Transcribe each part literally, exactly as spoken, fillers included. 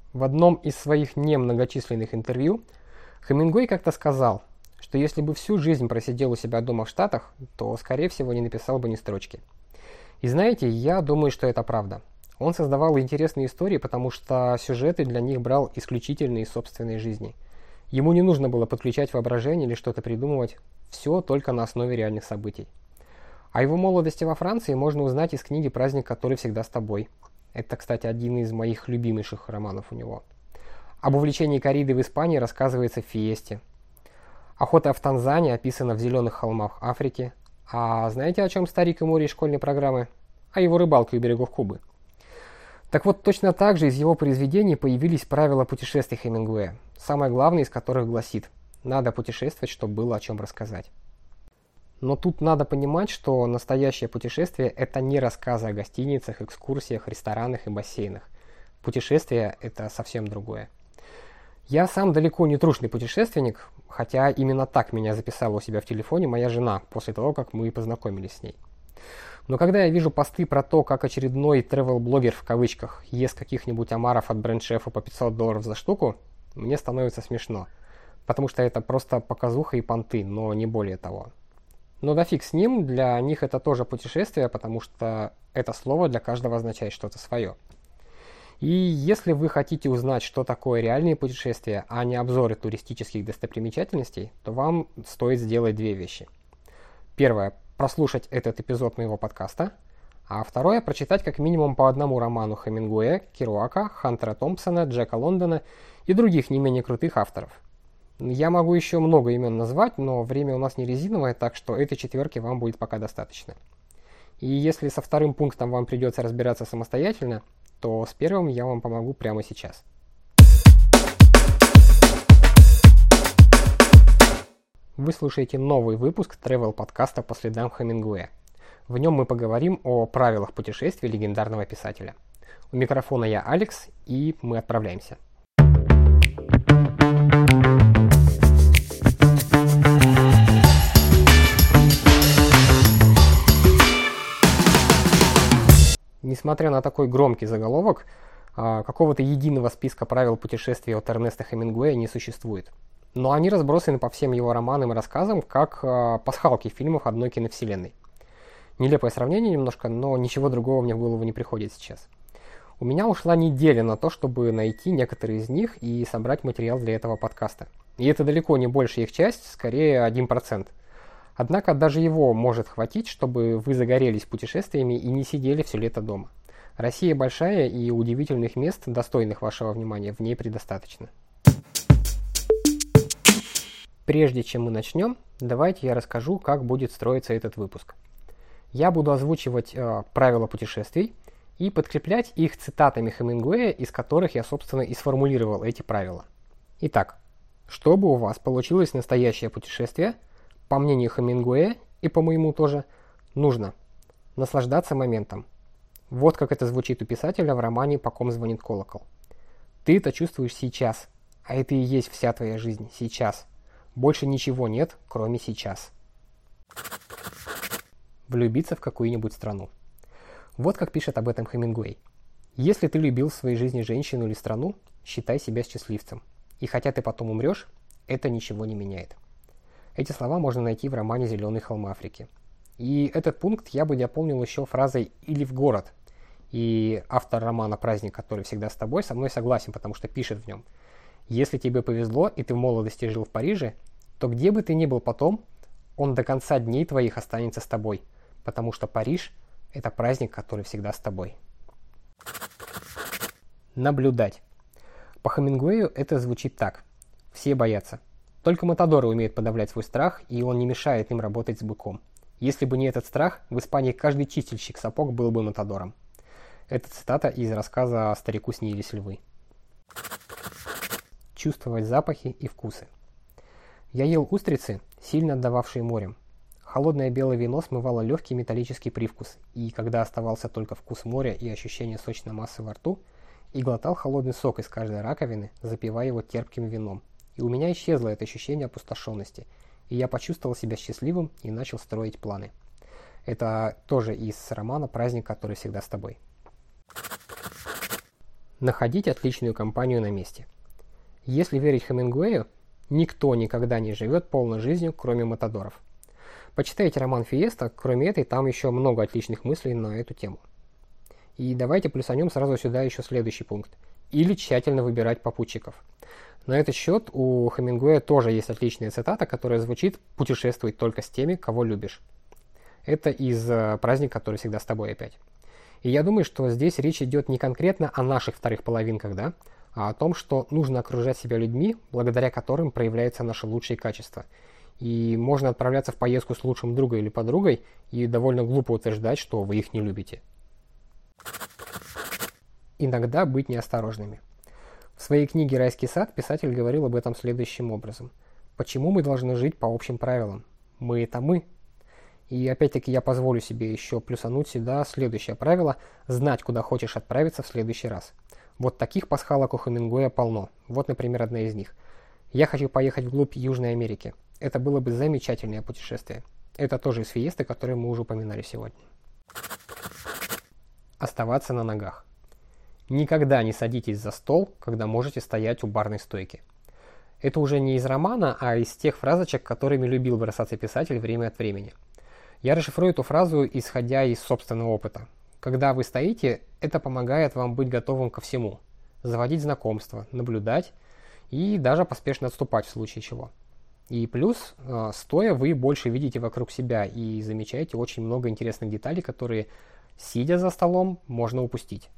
В одном из своих немногочисленных интервью Хемингуэй как-то сказал, что если бы всю жизнь просидел у себя дома в Штатах, то, скорее всего, не написал бы ни строчки. И знаете, я думаю, что это правда. Он создавал интересные истории, потому что сюжеты для них брал исключительно из собственной жизни. Ему не нужно было подключать воображение или что-то придумывать, все только на основе реальных событий. О его молодости во Франции можно узнать из книги «Праздник, который всегда с тобой». Это, кстати, один из моих любимейших романов у него. Об увлечении корриды в Испании рассказывается в «Фиесте». Охота в Танзании описана в «Зеленых холмах Африки». А знаете, о чем «Старик и море» из школьной программы? О его рыбалке у берегов Кубы. Так вот, точно так же из его произведений появились правила путешествий Хемингуэя, самое главное из которых гласит: надо путешествовать, чтобы было о чем рассказать. Но тут надо понимать, что настоящее путешествие – это не рассказы о гостиницах, экскурсиях, ресторанах и бассейнах. Путешествие – это совсем другое. Я сам далеко не трушный путешественник, хотя именно так меня записала у себя в телефоне моя жена после того, как мы познакомились с ней. Но когда я вижу посты про то, как очередной travel-блогер в кавычках ест каких-нибудь омаров от бренд-шефа по пятьсот долларов за штуку, мне становится смешно. Потому что это просто показуха и понты, но не более того. Но да фиг с ним, для них это тоже путешествие, потому что это слово для каждого означает что-то свое. И если вы хотите узнать, что такое реальные путешествия, а не обзоры туристических достопримечательностей, то вам стоит сделать две вещи. Первое – прослушать этот эпизод моего подкаста, а второе – прочитать как минимум по одному роману Хемингуэя, Керуака, Хантера Томпсона, Джека Лондона и других не менее крутых авторов. Я могу еще много имен назвать, но время у нас не резиновое, так что этой четверки вам будет пока достаточно. И если со вторым пунктом вам придется разбираться самостоятельно, то с первым я вам помогу прямо сейчас. Вы слушаете новый выпуск travel-подкаста по следам Хемингуэя. В нем мы поговорим о правилах путешествий легендарного писателя. У микрофона я, Алекс, и мы отправляемся. Несмотря на такой громкий заголовок, какого-то единого списка правил путешествий от Эрнеста Хемингуэя не существует. Но они разбросаны по всем его романам и рассказам, как пасхалки фильмов одной киновселенной. Нелепое сравнение немножко, но ничего другого мне в голову не приходит сейчас. У меня ушла неделя на то, чтобы найти некоторые из них и собрать материал для этого подкаста. И это далеко не большая их часть, скорее один процент. Однако даже его может хватить, чтобы вы загорелись путешествиями и не сидели все лето дома. Россия большая, и удивительных мест, достойных вашего внимания, в ней предостаточно. Прежде чем мы начнем, давайте я расскажу, как будет строиться этот выпуск. Я буду озвучивать э, правила путешествий и подкреплять их цитатами Хемингуэя, из которых я, собственно, и сформулировал эти правила. Итак, чтобы у вас получилось настоящее путешествие, по мнению Хемингуэя, и по моему тоже, нужно наслаждаться моментом. Вот как это звучит у писателя в романе «По ком звонит колокол». Ты это чувствуешь сейчас, а это и есть вся твоя жизнь, сейчас. Больше ничего нет, кроме сейчас. Влюбиться в какую-нибудь страну. Вот как пишет об этом Хемингуэй. Если ты любил в своей жизни женщину или страну, считай себя счастливцем. И хотя ты потом умрешь, это ничего не меняет. Эти слова можно найти в романе «Зеленый холм Африки». И этот пункт я бы дополнил еще фразой «или в город». И автор романа «Праздник, который всегда с тобой» со мной согласен, потому что пишет в нем: если тебе повезло и ты в молодости жил в Париже, то где бы ты ни был потом, он до конца дней твоих останется с тобой, потому что Париж – это праздник, который всегда с тобой. Наблюдать. По Хемингуэю это звучит так. Все боятся. Только матадоры умеют подавлять свой страх, и он не мешает им работать с быком. Если бы не этот страх, в Испании каждый чистильщик сапог был бы матадором. Это цитата из рассказа «Старику снились львы». Чувствовать запахи и вкусы. Я ел устрицы, сильно отдававшие морем. Холодное белое вино смывало легкий металлический привкус, и когда оставался только вкус моря и ощущение сочной массы во рту, и глотал холодный сок из каждой раковины, запивая его терпким вином. И у меня исчезло это ощущение опустошенности, и я почувствовал себя счастливым и начал строить планы. Это тоже из романа «Праздник, который всегда с тобой». Находить отличную компанию на месте. Если верить Хемингуэю, никто никогда не живет полной жизнью, кроме матадоров. Почитайте роман «Фиеста», кроме этой там еще много отличных мыслей на эту тему. И давайте плюсанем сразу сюда еще следующий пункт. Или тщательно выбирать попутчиков. На этот счет у Хемингуэя тоже есть отличная цитата, которая звучит «Путешествуй только с теми, кого любишь». Это из «Праздника, который всегда с тобой» опять. И я думаю, что здесь речь идет не конкретно о наших вторых половинках, да, а о том, что нужно окружать себя людьми, благодаря которым проявляются наши лучшие качества. И можно отправляться в поездку с лучшим другом или подругой и довольно глупо утверждать, что вы их не любите. Иногда быть неосторожными. В своей книге «Райский сад» писатель говорил об этом следующим образом. Почему мы должны жить по общим правилам? Мы – это мы. И опять-таки я позволю себе еще плюсануть сюда следующее правило – знать, куда хочешь отправиться в следующий раз. Вот таких пасхалок у Хемингуэя полно. Вот, например, одна из них. Я хочу поехать вглубь Южной Америки. Это было бы замечательное путешествие. Это тоже из «Фиесты», который мы уже упоминали сегодня. Оставаться на ногах. Никогда не садитесь за стол, когда можете стоять у барной стойки. Это уже не из романа, а из тех фразочек, которыми любил бросаться писатель время от времени. Я расшифрую эту фразу, исходя из собственного опыта. Когда вы стоите, это помогает вам быть готовым ко всему. Заводить знакомства, наблюдать и даже поспешно отступать в случае чего. И плюс, стоя, вы больше видите вокруг себя и замечаете очень много интересных деталей, которые, сидя за столом, можно упустить.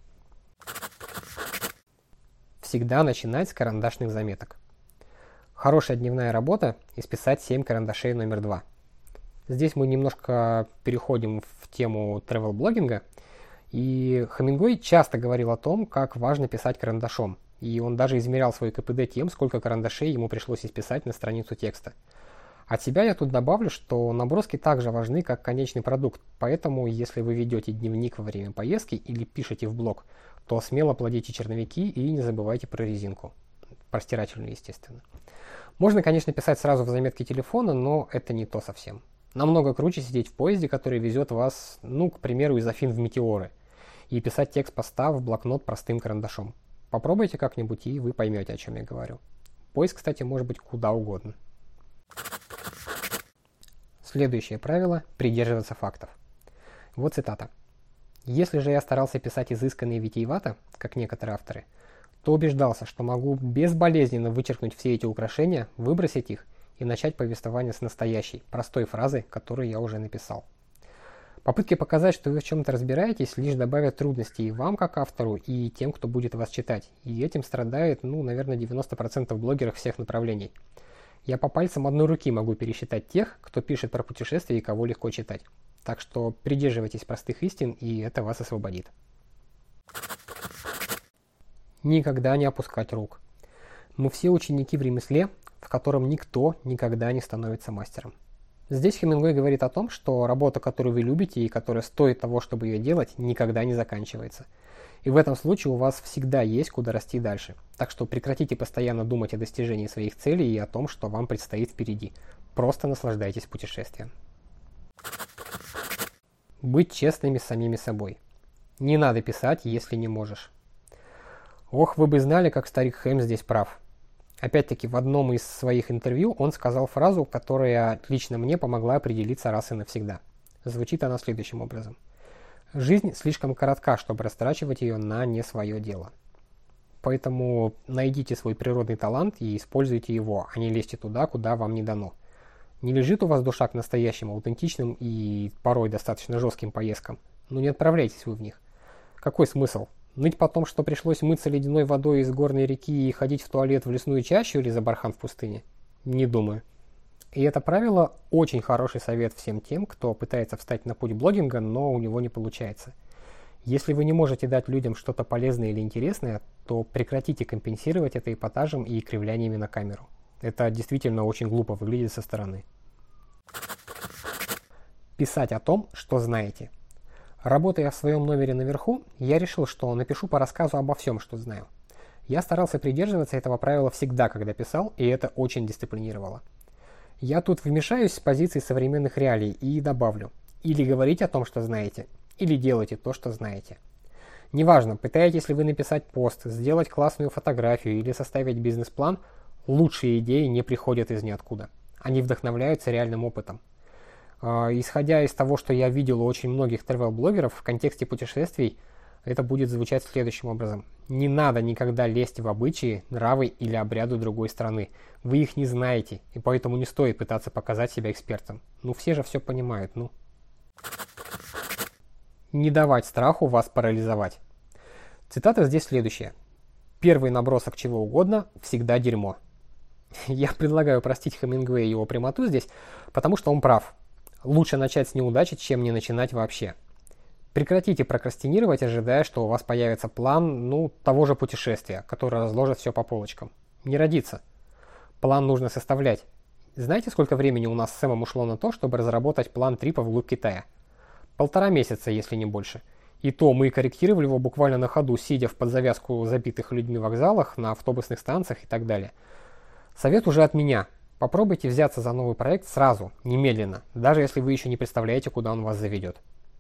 Всегда начинать с карандашных заметок. Хорошая дневная работа – исписать семь карандашей номер два. Здесь мы немножко переходим в тему travel-блогинга. И Хемингуэй часто говорил о том, как важно писать карандашом. И он даже измерял свой ка пэ дэ тем, сколько карандашей ему пришлось исписать на страницу текста. От себя я тут добавлю, что наброски также важны, как конечный продукт. Поэтому, если вы ведете дневник во время поездки или пишете в блог, то смело плодите черновики и не забывайте про резинку. Про стирательную, естественно. Можно, конечно, писать сразу в заметке телефона, но это не то совсем. Намного круче сидеть в поезде, который везет вас, ну, к примеру, из Афин в Метеоры, и писать текст поста в блокнот простым карандашом. Попробуйте как-нибудь, и вы поймете, о чем я говорю. Поиск, кстати, может быть куда угодно. Следующее правило – придерживаться фактов. Вот цитата. «Если же я старался писать изысканно и витиевато, как некоторые авторы, то убеждался, что могу безболезненно вычеркнуть все эти украшения, выбросить их и начать повествование с настоящей, простой фразы, которую я уже написал. Попытки показать, что вы в чем-то разбираетесь, лишь добавят трудностей и вам, как автору, и тем, кто будет вас читать. И этим страдает, ну, наверное, девяносто процентов блогеров всех направлений. Я по пальцам одной руки могу пересчитать тех, кто пишет про путешествия и кого легко читать. Так что придерживайтесь простых истин, и это вас освободит. Никогда не опускать рук. Мы все ученики в ремесле, в котором никто никогда не становится мастером. Здесь Хемингуэй говорит о том, что работа, которую вы любите и которая стоит того, чтобы ее делать, никогда не заканчивается. И в этом случае у вас всегда есть куда расти дальше. Так что прекратите постоянно думать о достижении своих целей и о том, что вам предстоит впереди. Просто наслаждайтесь путешествием. Быть честными с самими собой. Не надо писать, если не можешь. Ох, вы бы знали, как старик Хэм здесь прав. Опять-таки, в одном из своих интервью он сказал фразу, которая лично мне помогла определиться раз и навсегда. Звучит она следующим образом. Жизнь слишком коротка, чтобы растрачивать ее на не свое дело. Поэтому найдите свой природный талант и используйте его, а не лезьте туда, куда вам не дано. Не лежит у вас душа к настоящим, аутентичным и порой достаточно жестким поездкам, но не отправляйтесь вы в них. Какой смысл? Ныть потом, что пришлось мыться ледяной водой из горной реки и ходить в туалет в лесную чащу или за бархан в пустыне? Не думаю. И это правило очень хороший совет всем тем, кто пытается встать на путь блогинга, но у него не получается. Если вы не можете дать людям что-то полезное или интересное, то прекратите компенсировать это эпатажем и кривляниями на камеру. Это действительно очень глупо выглядит со стороны. Писать о том, что знаете. Работая в своем номере наверху, я решил, что напишу по рассказу обо всем, что знаю. Я старался придерживаться этого правила всегда, когда писал, и это очень дисциплинировало. Я тут вмешаюсь с позиции современных реалий и добавлю: или говорите о том, что знаете, или делайте то, что знаете. Неважно, пытаетесь ли вы написать пост, сделать классную фотографию или составить бизнес-план, лучшие идеи не приходят из ниоткуда. Они вдохновляются реальным опытом. Исходя из того, что я видел у очень многих travel-блогеров в контексте путешествий, это будет звучать следующим образом. Не надо никогда лезть в обычаи, нравы или обряды другой страны. Вы их не знаете, и поэтому не стоит пытаться показать себя экспертом. Ну все же все понимают, ну. Не давать страху вас парализовать. Цитата здесь следующая. Первый набросок чего угодно всегда дерьмо. Я предлагаю простить Хемингуэя его прямоту здесь, потому что он прав. Лучше начать с неудачи, чем не начинать вообще. Прекратите прокрастинировать, ожидая, что у вас появится план, ну, того же путешествия, который разложит все по полочкам. Не родится. План нужно составлять. Знаете, сколько времени у нас с Сэмом ушло на то, чтобы разработать план трипа вглубь Китая? Полтора месяца, если не больше. И то мы корректировали его буквально на ходу, сидя в подзавязку забитых людьми вокзалах, на автобусных станциях и так далее. Совет уже от меня. Попробуйте взяться за новый проект сразу, немедленно, даже если вы еще не представляете, куда он вас заведет.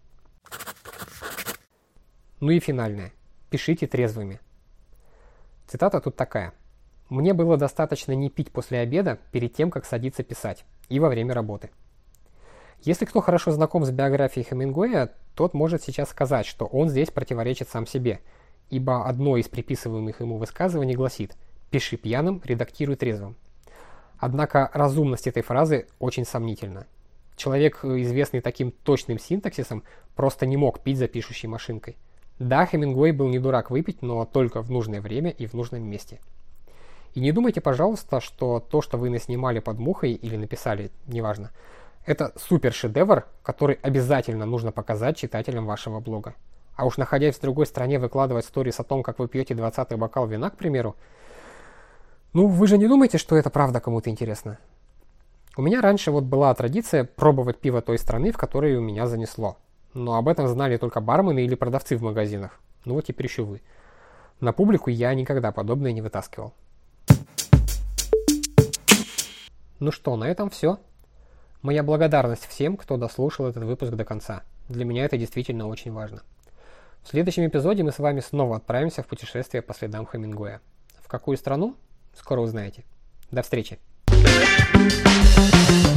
Ну и финальное. Пишите трезвыми. Цитата тут такая. «Мне было достаточно не пить после обеда перед тем, как садиться писать, и во время работы». Если кто хорошо знаком с биографией Хемингуэя, тот может сейчас сказать, что он здесь противоречит сам себе, ибо одно из приписываемых ему высказываний гласит «пиши пьяным, редактируй трезвым». Однако разумность этой фразы очень сомнительна. Человек, известный таким точным синтаксисом, просто не мог пить за пишущей машинкой. Да, Хемингуэй был не дурак выпить, но только в нужное время и в нужном месте. И не думайте, пожалуйста, что то, что вы наснимали под мухой или написали, неважно, это супер шедевр, который обязательно нужно показать читателям вашего блога. А уж находясь в другой стране выкладывать сторис о том, как вы пьете двадцатый бокал вина, к примеру, ну вы же не думаете, что это правда кому-то интересно? У меня раньше вот была традиция пробовать пиво той страны, в которой у меня занесло. Но об этом знали только бармены или продавцы в магазинах. Ну вот теперь еще вы. На публику я никогда подобное не вытаскивал. Ну что, на этом все. Моя благодарность всем, кто дослушал этот выпуск до конца. Для меня это действительно очень важно. В следующем эпизоде мы с вами снова отправимся в путешествие по следам Хемингуэя. В какую страну? Скоро узнаете. До встречи! Thank you.